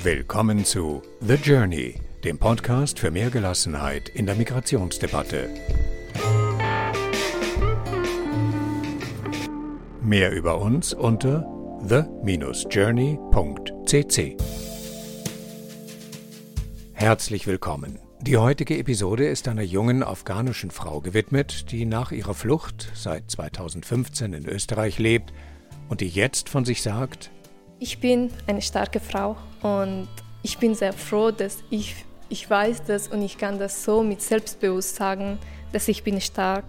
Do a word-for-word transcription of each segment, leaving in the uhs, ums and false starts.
Willkommen zu The Journey, dem Podcast für mehr Gelassenheit in der Migrationsdebatte. Mehr über uns unter the dash journey punkt c c. Herzlich willkommen. Die heutige Episode ist einer jungen afghanischen Frau gewidmet, die nach ihrer Flucht seit zweitausendfünfzehn in Österreich lebt und die jetzt von sich sagt: Ich bin eine starke Frau und ich bin sehr froh, dass ich, ich weiß das und ich kann das so mit Selbstbewusst sagen, dass ich bin stark.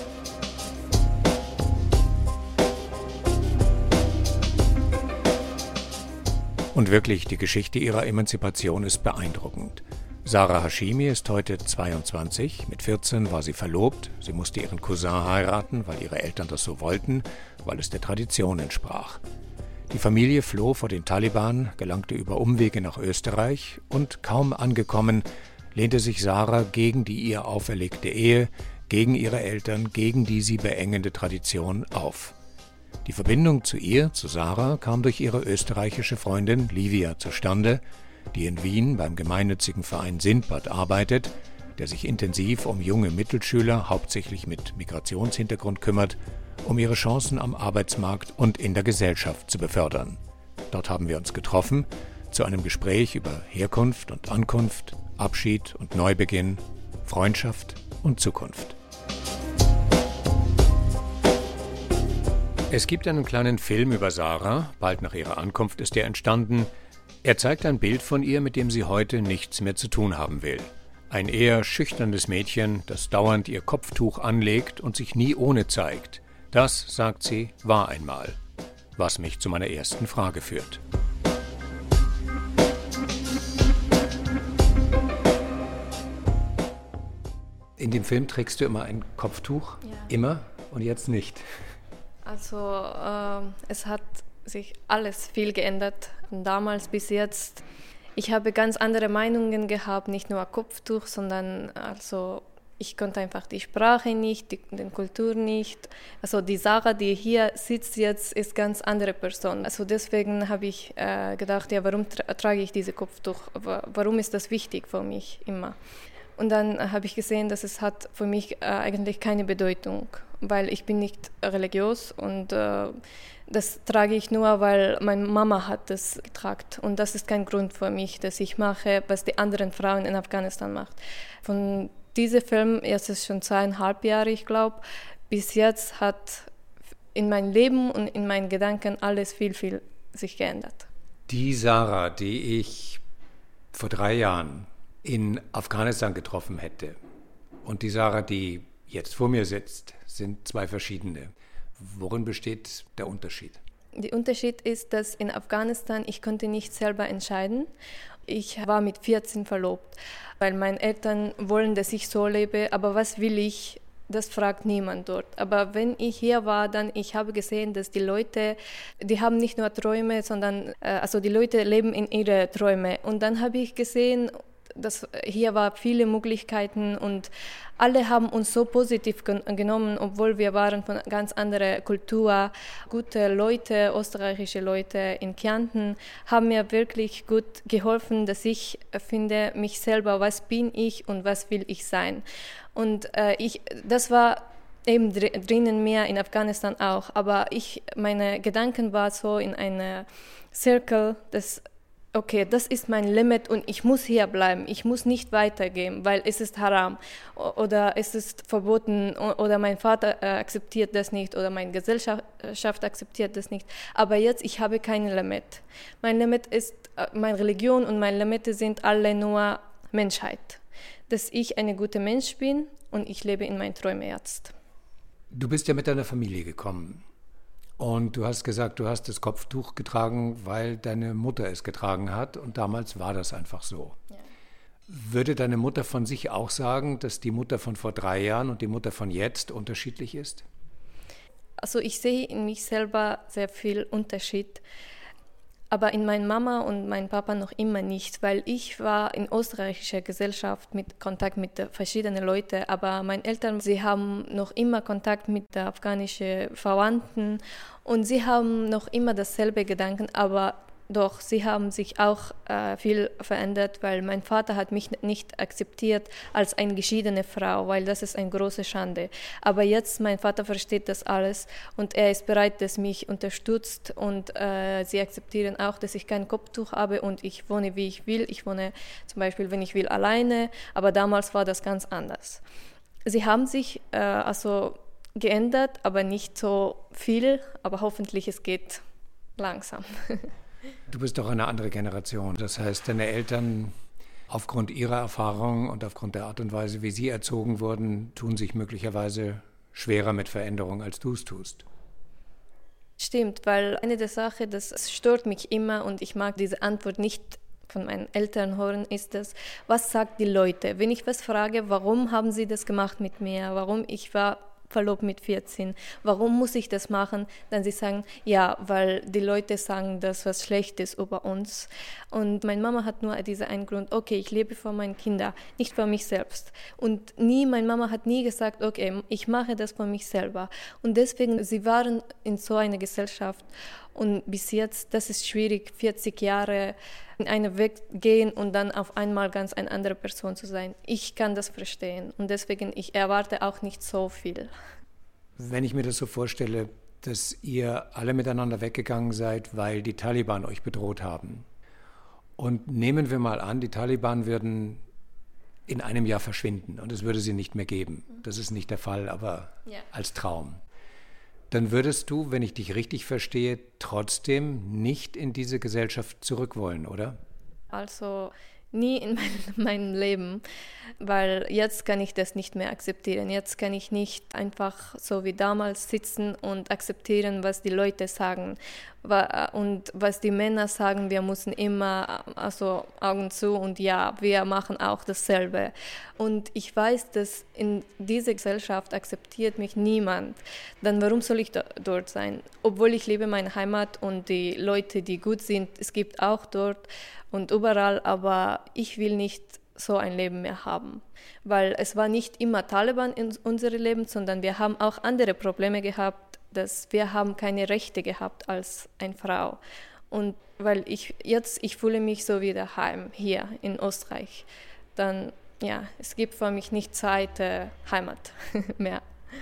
Und wirklich, die Geschichte ihrer Emanzipation ist beeindruckend. Sarah Hashimi ist heute zweiundzwanzig, mit vierzehn war sie verlobt, sie musste ihren Cousin heiraten, weil ihre Eltern das so wollten, weil es der Tradition entsprach. Die Familie floh vor den Taliban, gelangte über Umwege nach Österreich und kaum angekommen, lehnte sich Sarah gegen die ihr auferlegte Ehe, gegen ihre Eltern, gegen die sie beengende Tradition auf. Die Verbindung zu ihr, zu Sarah, kam durch ihre österreichische Freundin Livia zustande, die in Wien beim gemeinnützigen Verein Sindbad arbeitet, der sich intensiv um junge Mittelschüler, hauptsächlich mit Migrationshintergrund, kümmert, um ihre Chancen am Arbeitsmarkt und in der Gesellschaft zu befördern. Dort haben wir uns getroffen zu einem Gespräch über Herkunft und Ankunft, Abschied und Neubeginn, Freundschaft und Zukunft. Es gibt einen kleinen Film über Sarah, bald nach ihrer Ankunft ist er entstanden. Er zeigt ein Bild von ihr, mit dem sie heute nichts mehr zu tun haben will. Ein eher schüchternes Mädchen, das dauernd ihr Kopftuch anlegt und sich nie ohne zeigt. Das, sagt sie, war einmal. Was mich zu meiner ersten Frage führt. In dem Film trägst du immer ein Kopftuch? Ja. Immer und jetzt nicht? Also äh, es hat sich alles viel geändert, von damals bis jetzt. Ich habe ganz andere Meinungen gehabt, nicht nur Kopftuch, sondern also ich konnte einfach die Sprache nicht, die, die Kultur nicht. Also die Sarah, die hier sitzt jetzt, ist ganz andere Person. Also deswegen habe ich äh, gedacht, ja, warum tra- trage ich diese Kopftuch? Warum ist das wichtig für mich immer? Und dann habe ich gesehen, dass es hat für mich äh, eigentlich keine Bedeutung, weil ich bin nicht religiös und äh, das trage ich nur, weil meine Mama hat das getragen. Und das ist kein Grund für mich, dass ich mache, was die anderen Frauen in Afghanistan machen. Von diesem Film, jetzt ist es schon zweieinhalb Jahre, ich glaube, bis jetzt hat in meinem Leben und in meinen Gedanken alles viel, viel sich geändert. Die Sarah, die ich vor drei Jahren in Afghanistan getroffen hätte, und die Sarah, die jetzt vor mir sitzt, sind zwei verschiedene. Worin besteht der Unterschied? Der Unterschied ist, dass in Afghanistan ich konnte nicht selber entscheiden. Ich war mit vierzehn verlobt, weil meine Eltern wollen, dass ich so lebe, aber was will ich? Das fragt niemand dort. Aber wenn ich hier war, dann ich habe gesehen, dass die Leute, die haben nicht nur Träume, sondern äh, also die Leute leben in ihre Träume. Und dann habe ich gesehen, dass hier war viele Möglichkeiten und alle haben uns so positiv gen- genommen, obwohl wir waren von ganz anderer Kultur. Gute Leute, österreichische Leute in Kärnten haben mir wirklich gut geholfen, dass ich finde mich selber, was bin ich und was will ich sein. Und äh, ich, das war eben dr- drinnen mehr in Afghanistan auch, aber ich, meine Gedanken waren so in einer Circle, das okay, das ist mein Limit und ich muss hier bleiben, ich muss nicht weitergehen, weil es ist haram oder es ist verboten oder mein Vater akzeptiert das nicht oder meine Gesellschaft akzeptiert das nicht. Aber jetzt, ich habe kein Limit. Mein Limit ist, meine Religion und meine Limite sind alle nur Menschheit. Dass ich eine gute Mensch bin und ich lebe in meinen Träumen jetzt. Du bist ja mit deiner Familie gekommen. Und du hast gesagt, du hast das Kopftuch getragen, weil deine Mutter es getragen hat und damals war das einfach so. Ja. Würde deine Mutter von sich auch sagen, dass die Mutter von vor drei Jahren und die Mutter von jetzt unterschiedlich ist? Also ich sehe in mich selber sehr viel Unterschied, aber in meiner Mama und meinem Papa noch immer nicht, weil ich war in österreichischer Gesellschaft mit Kontakt mit verschiedenen Leuten, aber meine Eltern, sie haben noch immer Kontakt mit den afghanischen Verwandten und sie haben noch immer dasselbe Gedanken, aber Doch, sie haben sich auch äh, viel verändert, weil mein Vater hat mich nicht akzeptiert als eine geschiedene Frau, weil das ist eine große Schande. Aber jetzt, mein Vater versteht das alles und er ist bereit, dass mich unterstützt und äh, sie akzeptieren auch, dass ich kein Kopftuch habe und ich wohne, wie ich will. Ich wohne zum Beispiel, wenn ich will, alleine, aber damals war das ganz anders. Sie haben sich äh, also geändert, aber nicht so viel, aber hoffentlich es geht langsam. Du bist doch eine andere Generation. Das heißt, deine Eltern, aufgrund ihrer Erfahrung und aufgrund der Art und Weise, wie sie erzogen wurden, tun sich möglicherweise schwerer mit Veränderung, als du es tust. Stimmt, weil eine der Sachen, das stört mich immer und ich mag diese Antwort nicht von meinen Eltern hören, ist das, was sagt die Leute? Wenn ich was frage, warum haben sie das gemacht mit mir? Warum ich war verlobt mit vierzehn. Warum muss ich das machen? Dann sie sagen, ja, weil die Leute sagen, dass was schlecht ist über uns. Und meine Mama hat nur diesen einen Grund, okay, ich lebe für meine Kinder, nicht für mich selbst. Und nie, meine Mama hat nie gesagt, okay, ich mache das für mich selber. Und deswegen, sie waren in so einer Gesellschaft und bis jetzt, das ist schwierig, vierzig Jahre in einen Weg gehen und dann auf einmal ganz eine andere Person zu sein. Ich kann das verstehen und deswegen, ich erwarte auch nicht so viel. Wenn ich mir das so vorstelle, dass ihr alle miteinander weggegangen seid, weil die Taliban euch bedroht haben. Und nehmen wir mal an, die Taliban würden in einem Jahr verschwinden und es würde sie nicht mehr geben. Das ist nicht der Fall, aber ja, als Traum. Dann würdest du, wenn ich dich richtig verstehe, trotzdem nicht in diese Gesellschaft zurück wollen, oder? Also nie in mein, meinem Leben, weil jetzt kann ich das nicht mehr akzeptieren. Jetzt kann ich nicht einfach so wie damals sitzen und akzeptieren, was die Leute sagen. Und was die Männer sagen, wir müssen immer also Augen zu und ja, wir machen auch dasselbe. Und ich weiß, dass in dieser Gesellschaft akzeptiert mich niemand. Dann warum soll ich da, dort sein? Obwohl ich liebe meine Heimat und die Leute, die gut sind, es gibt auch dort und überall, aber ich will nicht so ein Leben mehr haben. Weil es war nicht immer Taliban in unserem Leben, sondern wir haben auch andere Probleme gehabt, dass wir haben keine Rechte gehabt als eine Frau. Und weil ich jetzt, ich fühle mich so wie daheim hier in Österreich, dann, ja, es gibt für mich nicht Zeit, äh, Heimat mehr.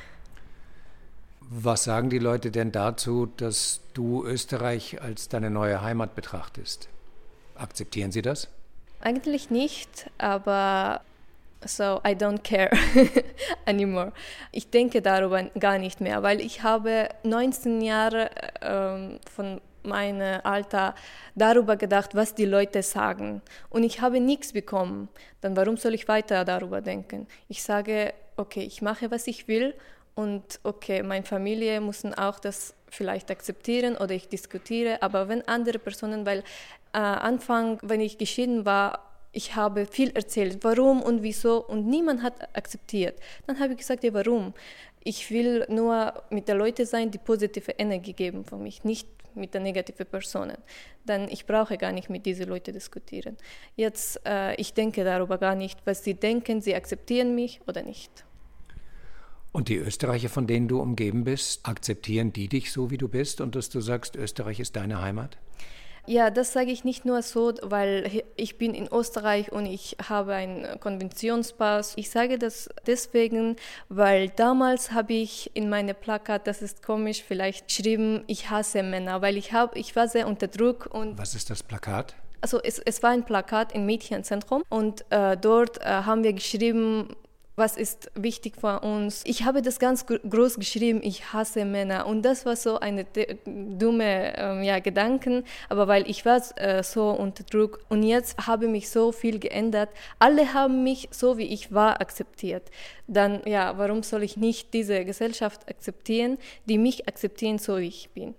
Was sagen die Leute denn dazu, dass du Österreich als deine neue Heimat betrachtest? Akzeptieren sie das? Eigentlich nicht, aber so I don't care anymore. Ich denke darüber gar nicht mehr, weil ich habe neunzehn Jahre ähm, von meinem Alter darüber gedacht, was die Leute sagen. Und ich habe nichts bekommen. Dann warum soll ich weiter darüber denken? Ich sage, okay, ich mache, was ich will und okay, meine Familie muss auch das vielleicht akzeptieren oder ich diskutiere. Aber wenn andere Personen, weil äh, Anfang, wenn ich geschieden war, ich habe viel erzählt, warum und wieso und niemand hat akzeptiert. Dann habe ich gesagt, ja, warum? Ich will nur mit den Leuten sein, die positive Energie geben für mich, nicht mit den negativen Personen. Dann ich brauche gar nicht mit diesen Leuten diskutieren. Jetzt, äh, ich denke darüber gar nicht, was sie denken, sie akzeptieren mich oder nicht. Und die Österreicher, von denen du umgeben bist, akzeptieren die dich so, wie du bist und dass du sagst, Österreich ist deine Heimat? Ja, das sage ich nicht nur so, weil ich bin in Österreich und ich habe einen Konventionspass. Ich sage das deswegen, weil damals habe ich in meinem Plakat, das ist komisch, vielleicht geschrieben, ich hasse Männer, weil ich, hab, ich war sehr unter Druck. Und was ist das Plakat? Also es, es war ein Plakat im Mädchenzentrum und äh, dort äh, haben wir geschrieben, was ist wichtig für uns. Ich habe das ganz groß geschrieben, ich hasse Männer. Und das war so eine de- dumme ähm, ja, Gedanken, aber weil ich war äh, so unter Druck. Und jetzt habe mich so viel geändert. Alle haben mich so, wie ich war, akzeptiert. Dann, ja, warum soll ich nicht diese Gesellschaft akzeptieren, die mich akzeptieren, so wie ich bin?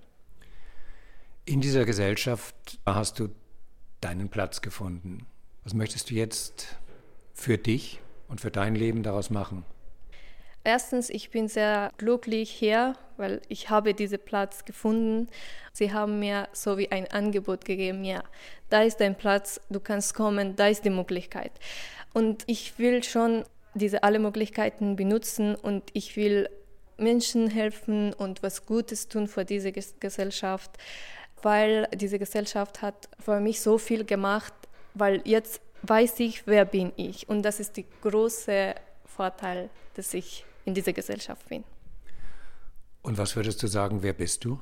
In dieser Gesellschaft hast du deinen Platz gefunden. Was möchtest du jetzt für dich und für dein Leben daraus machen? Erstens, ich bin sehr glücklich hier, weil ich habe diesen Platz gefunden. Sie haben mir so wie ein Angebot gegeben, ja, da ist dein Platz, du kannst kommen, da ist die Möglichkeit. Und ich will schon diese alle Möglichkeiten benutzen und ich will Menschen helfen und was Gutes tun für diese Gesellschaft. weil diese Gesellschaft hat für mich so viel gemacht, weil jetzt weiß ich, wer bin ich. Und das ist der große Vorteil, dass ich in dieser Gesellschaft bin. Und was würdest du sagen, wer bist du?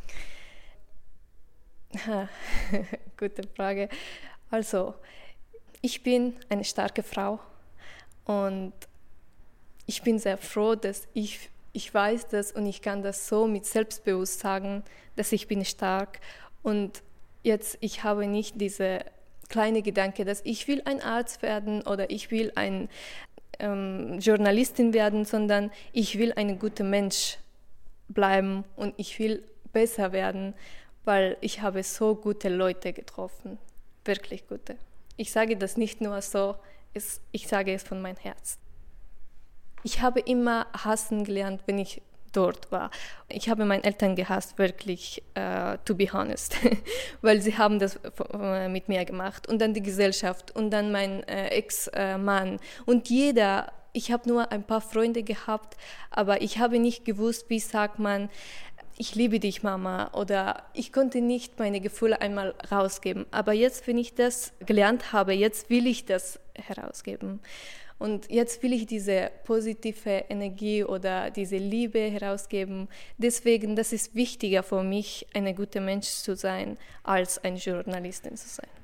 Gute Frage. Also, ich bin eine starke Frau und ich bin sehr froh, dass ich, ich weiß das und ich kann das so mit Selbstbewusst sagen, dass ich bin stark. Und jetzt, ich habe nicht diese kleine Gedanke, dass ich will ein Arzt werden oder ich will ein ähm, Journalistin werden, sondern ich will ein guter Mensch bleiben und ich will besser werden, weil ich habe so gute Leute getroffen, wirklich gute. Ich sage das nicht nur so, es, ich sage es von meinem Herz. Ich habe immer hassen gelernt, wenn ich dort war. Ich habe meine Eltern gehasst, wirklich, uh, to be honest, weil sie haben das uh, mit mir gemacht. Und dann die Gesellschaft und dann mein uh, Ex-Mann. Und jeder, ich habe nur ein paar Freunde gehabt, aber ich habe nicht gewusst, wie sagt man, ich liebe dich, Mama, oder ich konnte nicht meine Gefühle einmal rausgeben. Aber jetzt, wenn ich das gelernt habe, jetzt will ich das herausgeben. Und jetzt will ich diese positive Energie oder diese Liebe herausgeben. Deswegen, das ist wichtiger für mich, ein guter Mensch zu sein, als eine Journalistin zu sein.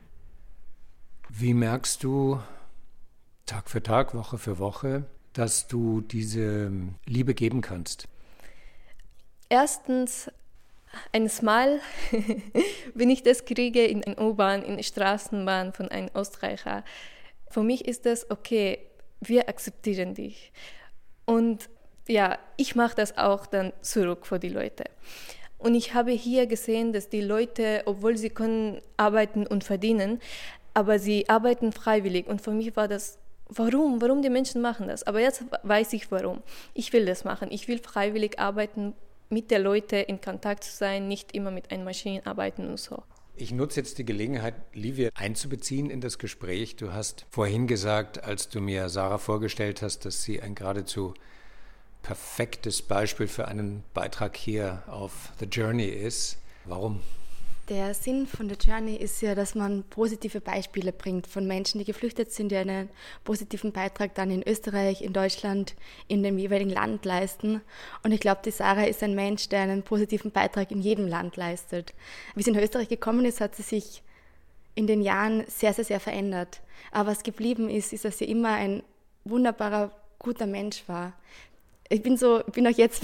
Wie merkst du Tag für Tag, Woche für Woche, dass du diese Liebe geben kannst? Erstens, ein Smile, wenn ich das kriege in einer U-Bahn, in der Straßenbahn von einem Österreicher. Für mich ist das okay, wir akzeptieren dich. Und ja, ich mache das auch dann zurück für die Leute. Und ich habe hier gesehen, dass die Leute, obwohl sie können arbeiten und verdienen, aber sie arbeiten freiwillig. Und für mich war das, warum? Warum die Menschen machen das? Aber jetzt weiß ich, warum. Ich will das machen. Ich will freiwillig arbeiten, mit den Leuten in Kontakt zu sein, nicht immer mit einer Maschine arbeiten und so. Ich nutze jetzt die Gelegenheit, Livia einzubeziehen in das Gespräch. Du hast vorhin gesagt, als du mir Sarah vorgestellt hast, dass sie ein geradezu perfektes Beispiel für einen Beitrag hier auf The Journey ist. Warum? Der Sinn von The Journey ist ja, dass man positive Beispiele bringt von Menschen, die geflüchtet sind, die einen positiven Beitrag dann in Österreich, in Deutschland, in dem jeweiligen Land leisten. Und ich glaube, die Sarah ist ein Mensch, der einen positiven Beitrag in jedem Land leistet. Wie sie nach Österreich gekommen ist, hat sie sich in den Jahren sehr, sehr, sehr verändert. Aber was geblieben ist, ist, dass sie immer ein wunderbarer, guter Mensch war. Ich bin so, bin auch jetzt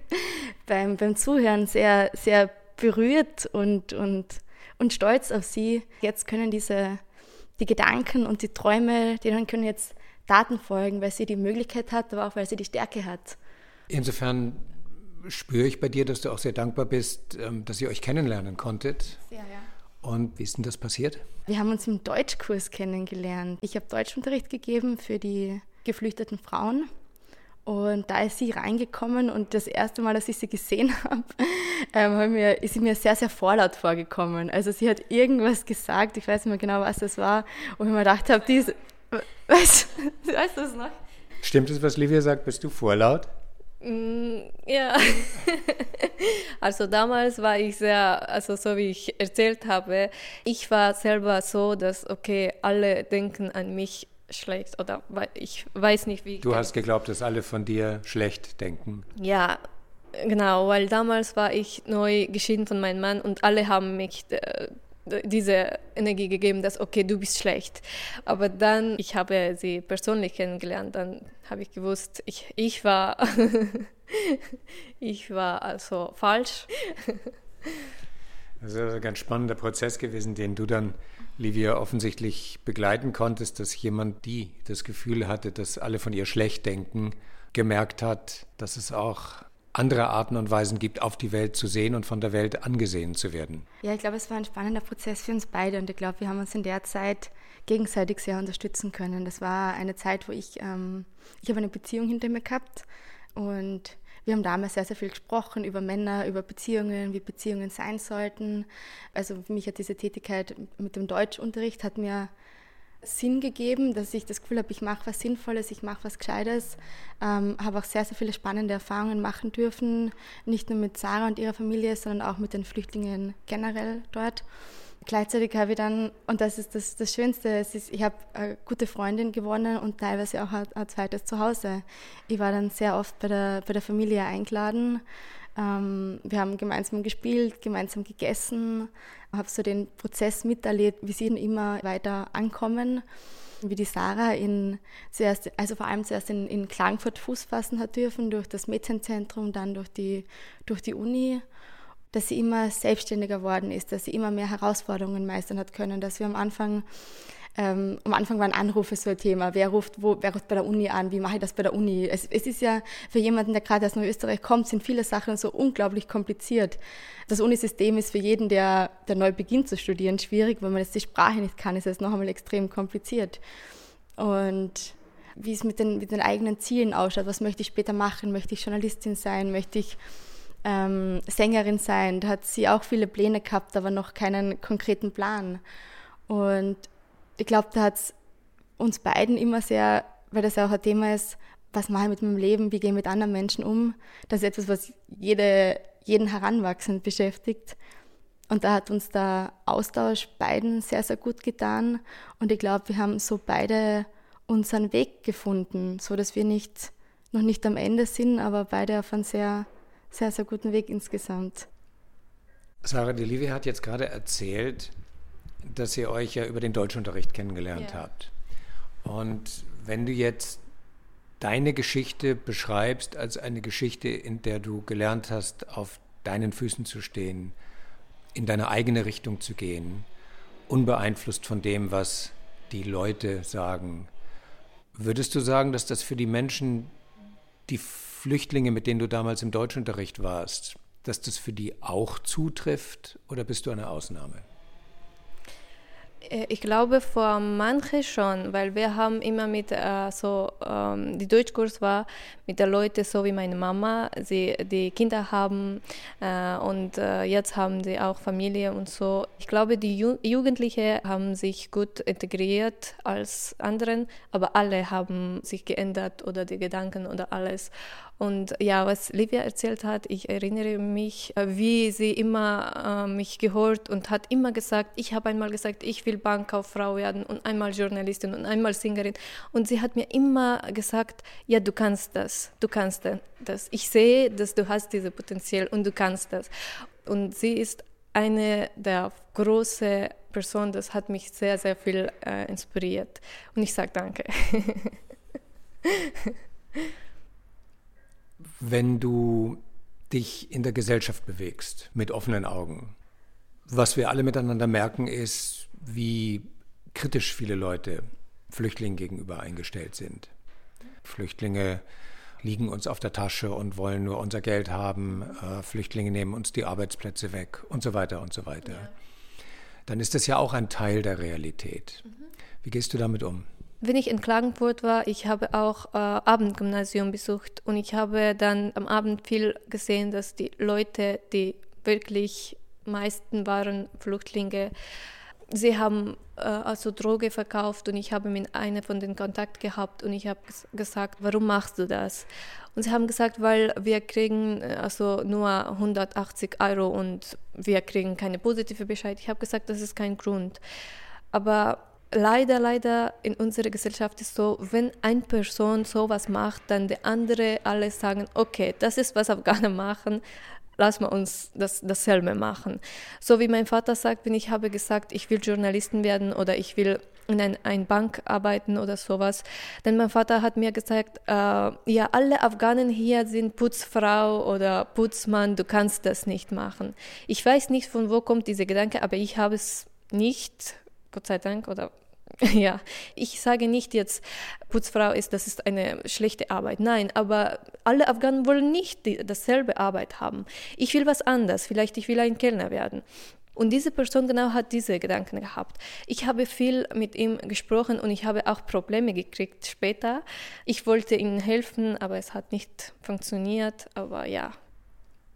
beim, beim Zuhören sehr, sehr berührt und, und, und stolz auf sie. Jetzt können diese, die Gedanken und die Träume, denen können jetzt Taten folgen, weil sie die Möglichkeit hat, aber auch weil sie die Stärke hat. Insofern spüre ich bei dir, dass du auch sehr dankbar bist, dass ihr euch kennenlernen konntet. Sehr, ja. Und wie ist denn das passiert? Wir haben uns im Deutschkurs kennengelernt. Ich habe Deutschunterricht gegeben für die geflüchteten Frauen. Und da ist sie reingekommen und das erste Mal, dass ich sie gesehen habe, ähm, mir, ist sie mir sehr, sehr vorlaut vorgekommen. Also sie hat irgendwas gesagt, ich weiß nicht mehr genau, was das war, und ich mir gedacht habe, diese, weißt, weißt du das noch? Stimmt es, was Livia sagt? Bist du vorlaut? Mm, ja, also damals war ich sehr, also so wie ich erzählt habe, ich war selber so, dass, okay, alle denken an mich schlecht oder ich weiß nicht, wie... Du hast geglaubt, dass alle von dir schlecht denken. Ja, genau, weil damals war ich neu geschieden von meinem Mann und alle haben mich äh, diese Energie gegeben, dass, okay, du bist schlecht. Aber dann, ich habe sie persönlich kennengelernt, dann habe ich gewusst, ich, ich war, ich war also falsch. Das ist also ein ganz spannender Prozess gewesen, den du dann, Livia, offensichtlich begleiten konntest, dass jemand, die das Gefühl hatte, dass alle von ihr schlecht denken, gemerkt hat, dass es auch andere Arten und Weisen gibt, auf die Welt zu sehen und von der Welt angesehen zu werden. Ja, ich glaube, es war ein spannender Prozess für uns beide und ich glaube, wir haben uns in der Zeit gegenseitig sehr unterstützen können. Das war eine Zeit, wo ich, ähm, ich habe eine Beziehung hinter mir gehabt und wir haben damals sehr, sehr viel gesprochen über Männer, über Beziehungen, wie Beziehungen sein sollten. Also für mich hat diese Tätigkeit mit dem Deutschunterricht hat mir Sinn gegeben, dass ich das Gefühl habe, ich mache was Sinnvolles, ich mache was Gescheites. Ähm, habe auch sehr, sehr viele spannende Erfahrungen machen dürfen, nicht nur mit Sarah und ihrer Familie, sondern auch mit den Flüchtlingen generell dort. Gleichzeitig habe ich dann, und das ist das, das Schönste, es ist, ich habe eine gute Freundin gewonnen und teilweise auch ein, ein zweites Zuhause. Ich war dann sehr oft bei der, bei der Familie eingeladen. Ähm, wir haben gemeinsam gespielt, gemeinsam gegessen, habe so den Prozess miterlebt, wie sie immer weiter ankommen, wie die Sarah in zuerst, also vor allem zuerst in, in Klagenfurt Fuß fassen hat dürfen, durch das Mädchenzentrum, dann durch die, durch die Uni, dass sie immer selbstständiger geworden ist, dass sie immer mehr Herausforderungen meistern hat können, dass wir am Anfang, ähm, am Anfang waren Anrufe so ein Thema, wer ruft, wo, wer ruft bei der Uni an, wie mache ich das bei der Uni? Es, es ist ja für jemanden, der gerade aus Neuösterreich kommt, sind viele Sachen so unglaublich kompliziert. Das Unisystem ist für jeden, der, der neu beginnt zu studieren, schwierig, weil man jetzt die Sprache nicht kann, ist es noch einmal extrem kompliziert. Und wie es mit den, mit den eigenen Zielen ausschaut, was möchte ich später machen, möchte ich Journalistin sein, möchte ich Ähm, Sängerin sein, da hat sie auch viele Pläne gehabt, aber noch keinen konkreten Plan. Und ich glaube, da hat es uns beiden immer sehr, weil das ja auch ein Thema ist, was mache ich mit meinem Leben, wie gehe ich mit anderen Menschen um, das ist etwas, was jede, jeden Heranwachsenden beschäftigt. Und da hat uns der Austausch beiden sehr, sehr gut getan. Und ich glaube, wir haben so beide unseren Weg gefunden, so dass wir nicht, noch nicht am Ende sind, aber beide auf einem sehr sehr, sehr guten Weg insgesamt. Sarah, die Livia hat jetzt gerade erzählt, dass ihr euch ja über den Deutschunterricht kennengelernt ja. habt. Und wenn du jetzt deine Geschichte beschreibst als eine Geschichte, in der du gelernt hast, auf deinen Füßen zu stehen, in deine eigene Richtung zu gehen, unbeeinflusst von dem, was die Leute sagen, würdest du sagen, dass das für die Menschen, die Flüchtlinge, mit denen du damals im Deutschunterricht warst, dass das für die auch zutrifft oder bist du eine Ausnahme? Ich glaube, für manche schon, weil wir haben immer mit äh, so, ähm, die Deutschkurs war mit den Leuten so wie meine Mama, sie die Kinder haben äh, und äh, jetzt haben sie auch Familie und so. Ich glaube, die Ju- Jugendlichen haben sich gut integriert als anderen, aber alle haben sich geändert oder die Gedanken oder alles. Und ja, was Livia erzählt hat, ich erinnere mich, wie sie immer äh, mich gehört und hat immer gesagt, ich habe einmal gesagt, ich will Bankkauffrau werden und einmal Journalistin und einmal Sängerin. Und sie hat mir immer gesagt, ja, du kannst das, du kannst das. Ich sehe, dass du hast dieses Potenzial und du kannst das. Und sie ist eine der großen Personen, das hat mich sehr, sehr viel äh, inspiriert. Und ich sage danke. Wenn du dich in der Gesellschaft bewegst, mit offenen Augen, was wir alle miteinander merken, ist, wie kritisch viele Leute Flüchtlingen gegenüber eingestellt sind. Flüchtlinge liegen uns auf der Tasche und wollen nur unser Geld haben, äh, Flüchtlinge nehmen uns die Arbeitsplätze weg und so weiter und so weiter. Ja. Dann ist das ja auch ein Teil der Realität. Mhm. Wie gehst du damit um? Wenn ich in Klagenfurt war, ich habe auch äh, Abendgymnasium besucht und ich habe dann am Abend viel gesehen, dass die Leute, die wirklich meisten waren Flüchtlinge, sie haben äh, also Droge verkauft und ich habe mit einer von den Kontakt gehabt und ich habe ges- gesagt, warum machst du das? Und sie haben gesagt, weil wir kriegen also nur hundertachtzig Euro und wir kriegen keine positive Bescheid. Ich habe gesagt, das ist kein Grund. Aber Leider, leider in unserer Gesellschaft ist so, wenn eine Person sowas macht, dann die andere alle sagen, okay, das ist, was Afghaner machen, lass mal uns das, dasselbe machen. So wie mein Vater sagt, wenn ich habe gesagt, ich will Journalistin werden oder ich will in einer ein Bank arbeiten oder sowas, dann mein Vater hat mir gesagt, äh, ja, alle Afghanen hier sind Putzfrau oder Putzmann, du kannst das nicht machen. Ich weiß nicht, von wo kommt dieser Gedanke, aber ich habe es nicht, Gott sei Dank, oder ja, ich sage nicht jetzt, Putzfrau ist, das ist eine schlechte Arbeit. Nein, aber alle Afghanen wollen nicht die, dasselbe Arbeit haben. Ich will was anderes, vielleicht ich will ein Kellner werden. Und diese Person genau hat diese Gedanken gehabt. Ich habe viel mit ihm gesprochen und ich habe auch Probleme gekriegt später. Ich wollte ihm helfen, aber es hat nicht funktioniert, aber ja.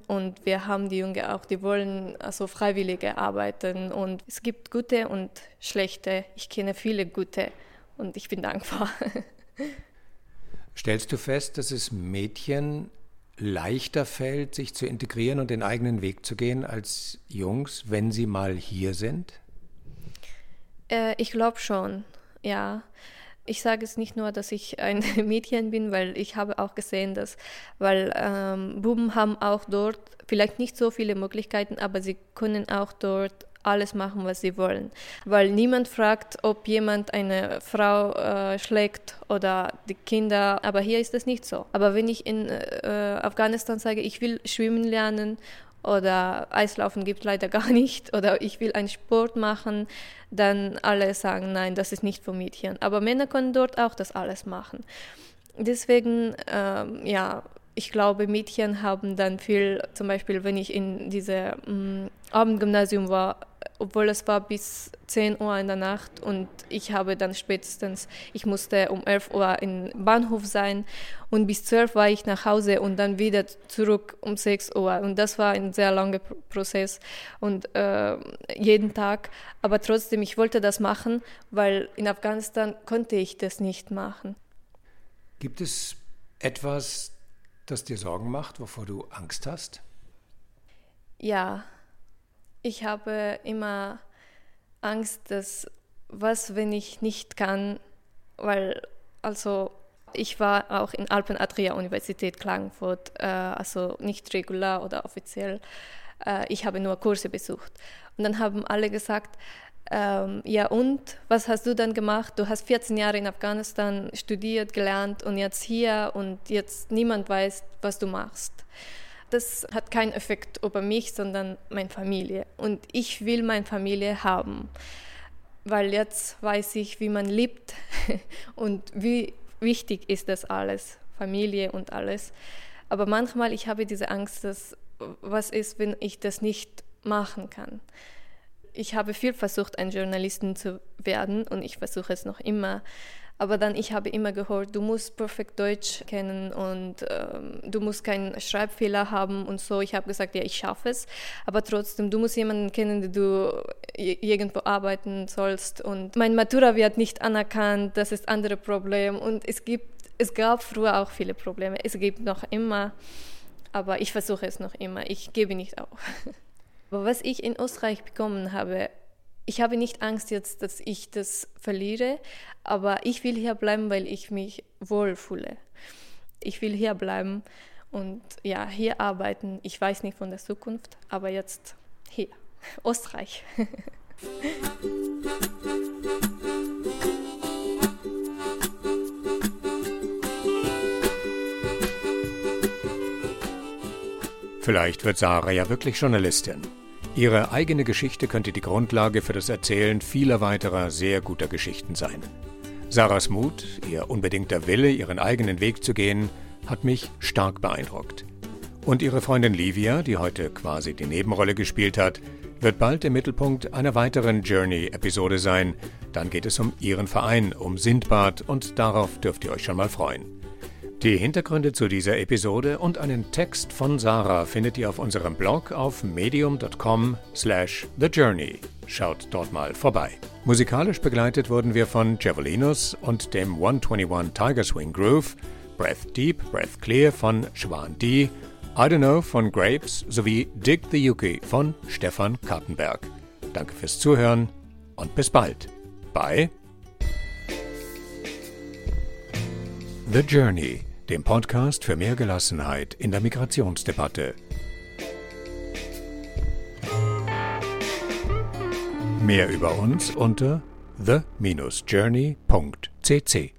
und wir haben die Jungen auch, die wollen also Freiwillige arbeiten und es gibt gute und schlechte. Ich kenne viele gute und ich bin dankbar. Stellst du fest, dass es Mädchen leichter fällt, sich zu integrieren und den eigenen Weg zu gehen als Jungs, wenn sie mal hier sind? Äh, ich glaube schon, ja. Ich sage es nicht nur, dass ich ein Mädchen bin, weil ich habe auch gesehen, dass, weil ähm, Buben haben auch dort vielleicht nicht so viele Möglichkeiten, aber sie können auch dort alles machen, was sie wollen. Weil niemand fragt, ob jemand eine Frau äh, schlägt oder die Kinder, aber hier ist das nicht so. Aber wenn ich in äh, Afghanistan sage, ich will schwimmen lernen oder Eislaufen gibt es leider gar nicht oder ich will einen Sport machen, dann alle sagen, nein, das ist nicht für Mädchen. Aber Männer können dort auch das alles machen. Deswegen, ähm, ja, ich glaube, Mädchen haben dann viel, zum Beispiel, wenn ich in diesem Abendgymnasium war, obwohl es war bis zehn Uhr in der Nacht und ich habe dann spätestens, ich musste um elf Uhr im Bahnhof sein und bis zwölf war ich nach Hause und dann wieder zurück um sechs Uhr und das war ein sehr langer Prozess und äh, jeden Tag, aber trotzdem, ich wollte das machen, weil in Afghanistan konnte ich das nicht machen. Gibt es etwas, das dir Sorgen macht, wovor du Angst hast? Ja, ich habe immer Angst, dass was, wenn ich nicht kann, weil also ich war auch in Alpen-Adria-Universität Klagenfurt, äh, also nicht regular oder offiziell. Äh, ich habe nur Kurse besucht. Und dann haben alle gesagt, ähm, ja und, was hast du dann gemacht? Du hast vierzehn Jahre in Afghanistan studiert, gelernt und jetzt hier und jetzt niemand weiß, was du machst. Das hat keinen Effekt über mich, sondern meine Familie. Und ich will meine Familie haben, weil jetzt weiß ich, wie man lebt und wie wichtig ist das alles, Familie und alles. Aber manchmal ich habe diese Angst, dass was ist, wenn ich das nicht machen kann. Ich habe viel versucht, ein Journalistin zu werden und ich versuche es noch immer. Aber dann, ich habe immer gehört, du musst perfekt Deutsch kennen und ähm, du musst keinen Schreibfehler haben und so. Ich habe gesagt, ja, ich schaffe es. Aber trotzdem, du musst jemanden kennen, den du irgendwo arbeiten sollst. Und mein Matura wird nicht anerkannt, das ist ein anderes Problem. Und es gibt, es gab früher auch viele Probleme. Es gibt noch immer, aber ich versuche es noch immer. Ich gebe nicht auf. Aber was ich in Österreich bekommen habe, ich habe nicht Angst jetzt, dass ich das verliere, aber ich will hier bleiben, weil ich mich wohlfühle. Ich will hier bleiben und ja, hier arbeiten. Ich weiß nicht von der Zukunft, aber jetzt hier, Österreich. Vielleicht wird Sarah ja wirklich Journalistin. Ihre eigene Geschichte könnte die Grundlage für das Erzählen vieler weiterer sehr guter Geschichten sein. Sarahs Mut, ihr unbedingter Wille, ihren eigenen Weg zu gehen, hat mich stark beeindruckt. Und ihre Freundin Livia, die heute quasi die Nebenrolle gespielt hat, wird bald im Mittelpunkt einer weiteren Journey-Episode sein. Dann geht es um ihren Verein, um Sindbad und darauf dürft ihr euch schon mal freuen. Die Hintergründe zu dieser Episode und einen Text von Sarah findet ihr auf unserem Blog auf medium punkt com slash the journey. Schaut dort mal vorbei. Musikalisch begleitet wurden wir von Javelinos und dem one twenty-one Tiger Swing Groove, Breath Deep, Breath Clear von Schwan D, I Don't Know von Grapes sowie Dig the Yuki von Stefan Kartenberg. Danke fürs Zuhören und bis bald bei The Journey, dem Podcast für mehr Gelassenheit in der Migrationsdebatte. Mehr über uns unter the dash journey punkt c c.